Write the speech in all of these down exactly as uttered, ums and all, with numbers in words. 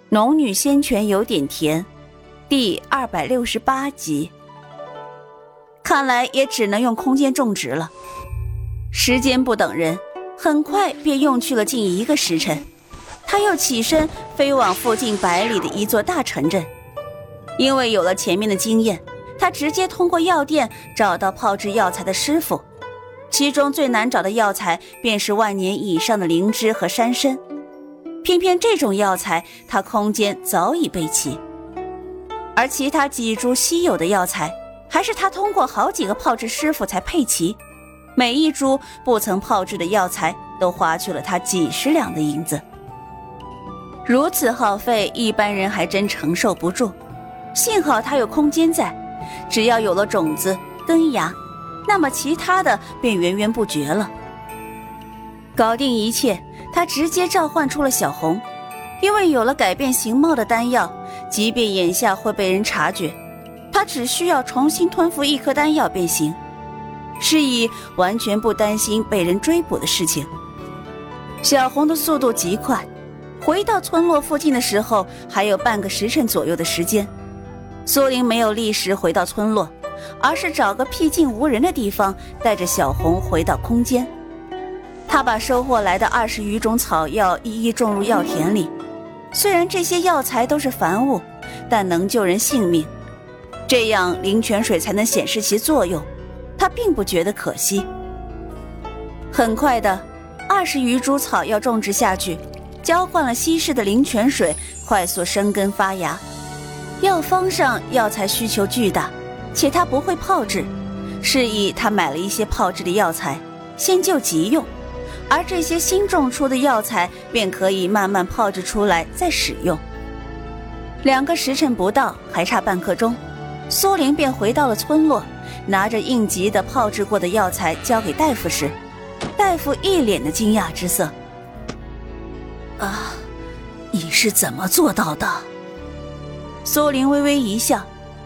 农女仙泉有点甜，第二百六十八集。看来也只能用空间种植了。时间不等人，很快便用去了近一个时辰。他又起身飞往附近百里的一座大城镇。因为有了前面的经验，他直接通过药店找到炮制药材的师傅。其中最难找的药材便是万年以上的灵芝和山参。偏偏这种药材他空间早已备齐，而其他几株稀有的药材还是他通过好几个炮制师傅才配齐，每一株不曾炮制的药材都花去了他几十两的银子。如此耗费，一般人还真承受不住。幸好他有空间在，只要有了种子根芽，那么其他的便源源不绝了。搞定一切，他直接召唤出了小红。因为有了改变形貌的丹药，即便眼下会被人察觉，他只需要重新吞服一颗丹药便行，是以完全不担心被人追捕的事情。小红的速度极快，回到村落附近的时候还有半个时辰左右的时间。苏玲没有立时回到村落，而是找个僻静无人的地方，带着小红回到空间。他把收获来的二十余种草药一一种入药田里，虽然这些药材都是凡物，但能救人性命，这样灵泉水才能显示其作用，他并不觉得可惜。很快的，二十余株草药种植下去，浇灌了稀释的灵泉水，快速生根发芽。药方上药材需求巨大，且他不会炮制，是以他买了一些炮制的药材，先就急用，而这些新种出的药材便可以慢慢炮制出来再使用。两个时辰不到，还差半刻钟，苏玲便回到了村落，拿着应急的炮制过的药材交给大夫时，大夫一脸的惊讶之色。 啊，你是怎么做到的？ 苏玲微微一笑，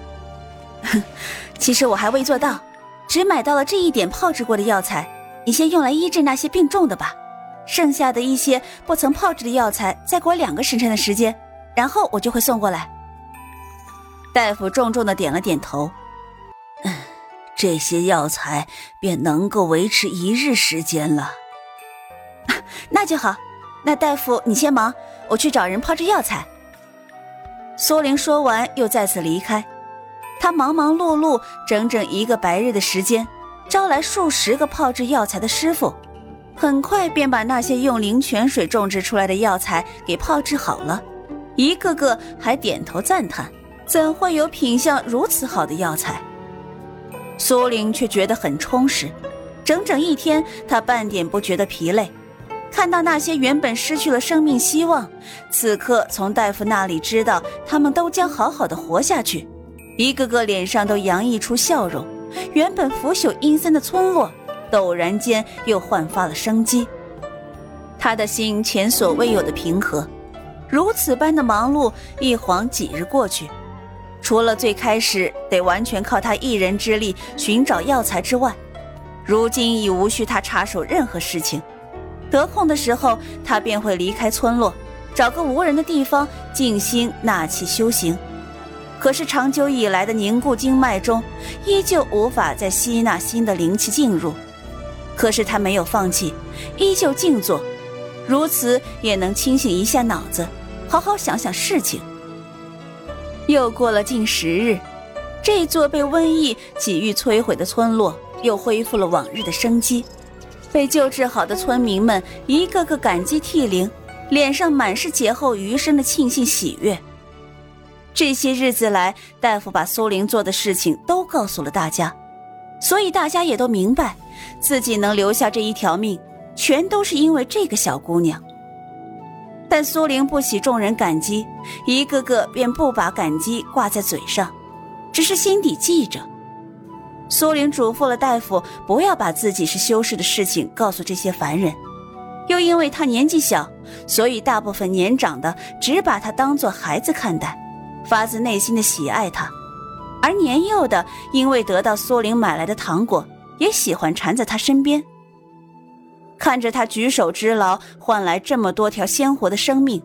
其实我还未做到，只买到了这一点炮制过的药材，你先用来医治那些病重的吧，剩下的一些不曾炮制的药材再给我两个时辰的时间，然后我就会送过来。大夫重重地点了点头， 嗯，这些药材便能够维持一日时间了。 那就好，那大夫你先忙，我去找人炮制药材。苏玲说完又再次离开，她忙忙碌碌整整一个白日的时间，招来数十个炮制药材的师傅，很快便把那些用灵泉水种植出来的药材给炮制好了，一个个还点头赞叹，怎会有品相如此好的药材。苏玲却觉得很充实，整整一天她半点不觉得疲累。看到那些原本失去了生命希望，此刻从大夫那里知道他们都将好好的活下去，一个个脸上都洋溢出笑容，原本腐朽阴森的村落陡然间又焕发了生机。他的心前所未有的平和，如此般的忙碌一晃几日过去，除了最开始得完全靠他一人之力寻找药材之外，如今已无需他插手任何事情。得空的时候，他便会离开村落，找个无人的地方静心纳气修行。可是长久以来的凝固经脉中，依旧无法再吸纳新的灵气进入。可是他没有放弃，依旧静坐，如此也能清醒一下脑子，好好想想事情。又过了近十日，这座被瘟疫几欲摧毁的村落又恢复了往日的生机。被救治好的村民们一个个感激涕零，脸上满是劫后余生的庆幸喜悦。这些日子来，大夫把苏玲做的事情都告诉了大家，所以大家也都明白，自己能留下这一条命，全都是因为这个小姑娘。但苏玲不喜众人感激，一个个便不把感激挂在嘴上，只是心底记着。苏玲嘱咐了大夫不要把自己是修士的事情告诉这些凡人，又因为她年纪小，所以大部分年长的只把她当作孩子看待，发自内心的喜爱她，而年幼的因为得到苏玲买来的糖果，也喜欢缠在她身边。看着她举手之劳换来这么多条鲜活的生命，她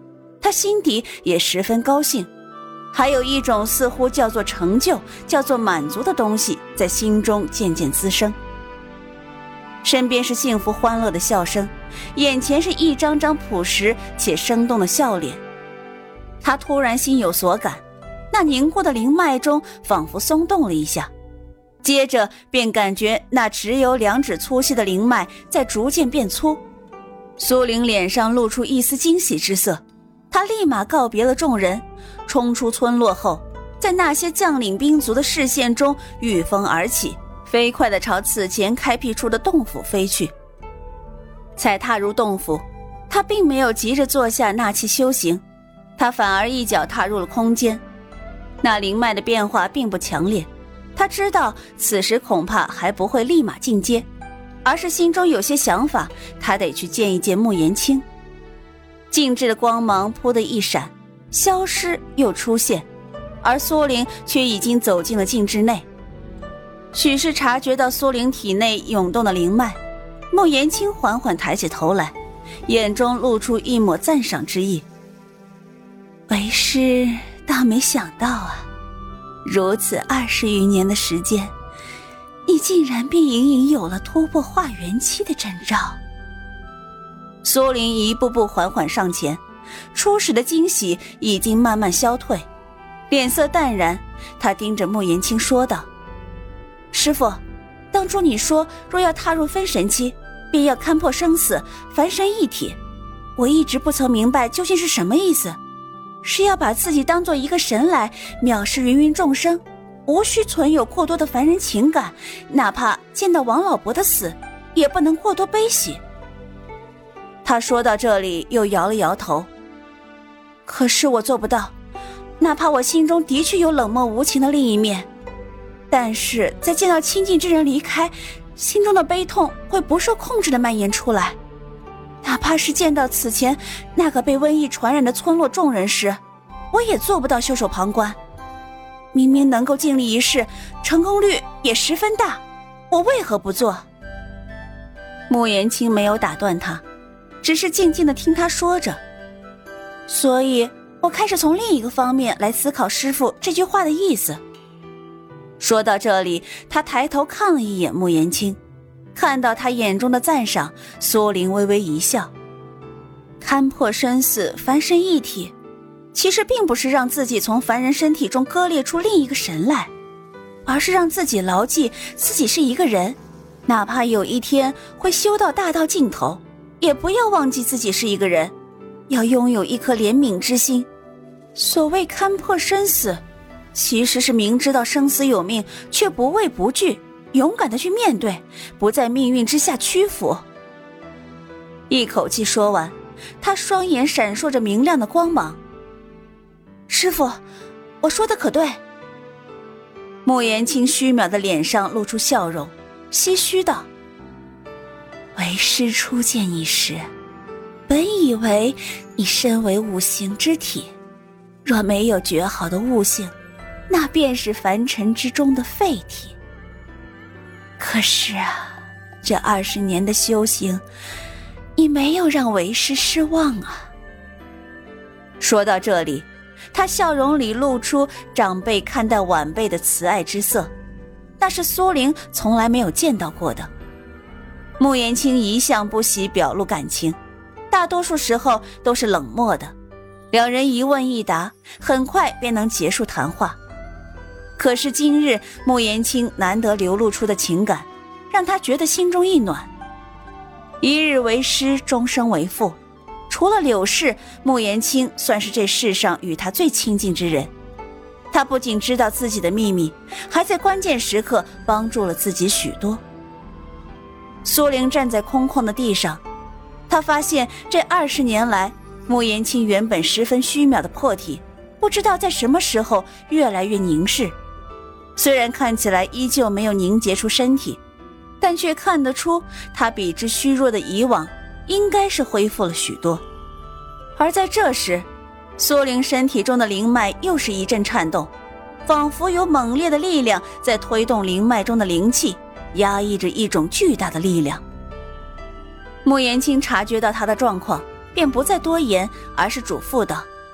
他心底也十分高兴，还有一种似乎叫做成就、叫做满足的东西在心中渐渐滋生。身边是幸福欢乐的笑声，眼前是一张张朴实且生动的笑脸。他突然心有所感，那凝固的灵脉中仿佛松动了一下，接着便感觉那只有两指粗细的灵脉在逐渐变粗。苏玲脸上露出一丝惊喜之色，她立马告别了众人，冲出村落后，在那些将领兵卒的视线中御风而起，飞快地朝此前开辟出的洞府飞去。才踏入洞府，他并没有急着坐下纳气修行，他反而一脚踏入了空间。那灵脉的变化并不强烈，他知道此时恐怕还不会立马进阶，而是心中有些想法，他得去见一见穆言清。静止的光芒扑的一闪，消失又出现，而苏玲却已经走进了静止内。许是察觉到苏玲体内涌动的灵脉，穆言清缓缓抬起头来，眼中露出一抹赞赏之意。为师倒没想到啊，如此二十余年的时间，你竟然便隐隐有了突破化元期的征兆。苏玲一步步缓缓上前，初始的惊喜已经慢慢消退，脸色淡然，她盯着穆言清说道：师父，当初你说若要踏入分神期，便要看破生死，凡神一体，我一直不曾明白究竟是什么意思，是要把自己当做一个神来藐视芸芸众生，无需存有过多的凡人情感，哪怕见到王老伯的死也不能过多悲喜。他说到这里又摇了摇头，可是我做不到，哪怕我心中的确有冷漠无情的另一面，但是在见到亲近之人离开，心中的悲痛会不受控制地蔓延出来。哪怕是见到此前那个被瘟疫传染的村落众人时，我也做不到袖手旁观。明明能够尽力一试，成功率也十分大，我为何不做？穆言清没有打断他，只是静静地听他说着。所以我开始从另一个方面来思考师父这句话的意思。说到这里，他抬头看了一眼穆言清，看到他眼中的赞赏，苏玲微微一笑。看破生死，凡神一体，其实并不是让自己从凡人身体中割裂出另一个神来，而是让自己牢记自己是一个人，哪怕有一天会修到大道尽头，也不要忘记自己是一个人，要拥有一颗怜悯之心。所谓看破生死，其实是明知道生死有命，却不畏不惧，勇敢地去面对，不在命运之下屈服。一口气说完，他双眼闪烁着明亮的光芒。师父，我说的可对？穆言清虚渺的脸上露出笑容，唏嘘道：为师初见你时，本以为你身为五行之体，若没有绝好的悟性，那便是凡尘之中的废体。可是啊，这二十年的修行，你没有让为师失望啊。说到这里，他笑容里露出长辈看待晚辈的慈爱之色，那是苏玲从来没有见到过的。穆言清一向不喜表露感情，大多数时候都是冷漠的，两人一问一答，很快便能结束谈话。可是今日穆言清难得流露出的情感，让他觉得心中一暖。一日为师，终生为父，除了柳氏，穆言清算是这世上与他最亲近之人。他不仅知道自己的秘密，还在关键时刻帮助了自己许多。苏玲站在空旷的地上，她发现这二十年来，穆言清原本十分虚渺的魄体，不知道在什么时候越来越凝视。虽然看起来依旧没有凝结出身体，但却看得出他比之虚弱的以往应该是恢复了许多。而在这时，苏玲身体中的灵脉又是一阵颤动，仿佛有猛烈的力量在推动灵脉中的灵气，压抑着一种巨大的力量。穆言清察觉到他的状况，便不再多言，而是嘱咐道：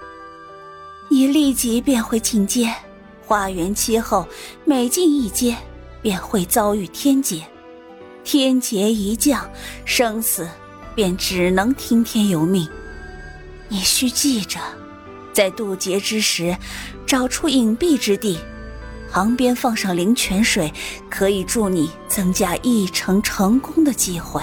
你立即便会进阶，花园期后每进一阶便会遭遇天劫，天劫一降，生死便只能听天由命。你需记着，在渡劫之时找出隐蔽之地，旁边放上灵泉水，可以助你增加一成成功的机会。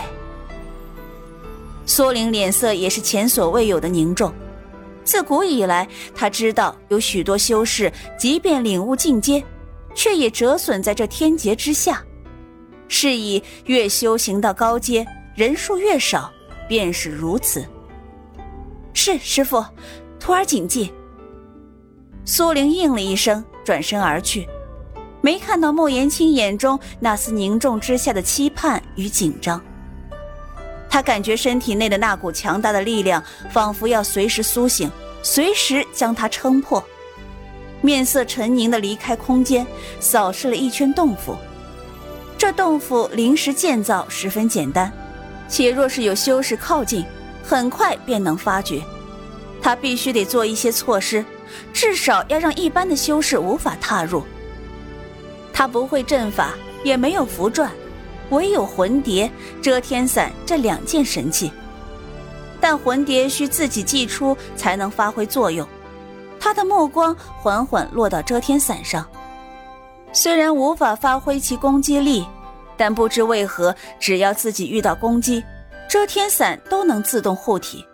苏玲脸色也是前所未有的凝重，自古以来他知道有许多修士即便领悟进阶，却也折损在这天劫之下，是以越修行到高阶，人数越少，便是如此。是，师父，徒儿谨记。苏玲应了一声，转身而去，没看到莫言青眼中那丝凝重之下的期盼与紧张。他感觉身体内的那股强大的力量仿佛要随时苏醒，随时将他撑破。面色沉凝地离开空间，扫视了一圈洞府。这洞府临时建造十分简单，且若是有修士靠近，很快便能发觉。他必须得做一些措施，至少要让一般的修士无法踏入。他不会阵法，也没有符篆，唯有魂蝶、遮天伞这两件神器。但魂蝶需自己祭出才能发挥作用。他的目光缓缓落到遮天伞上，虽然无法发挥其攻击力，但不知为何，只要自己遇到攻击，遮天伞都能自动护体。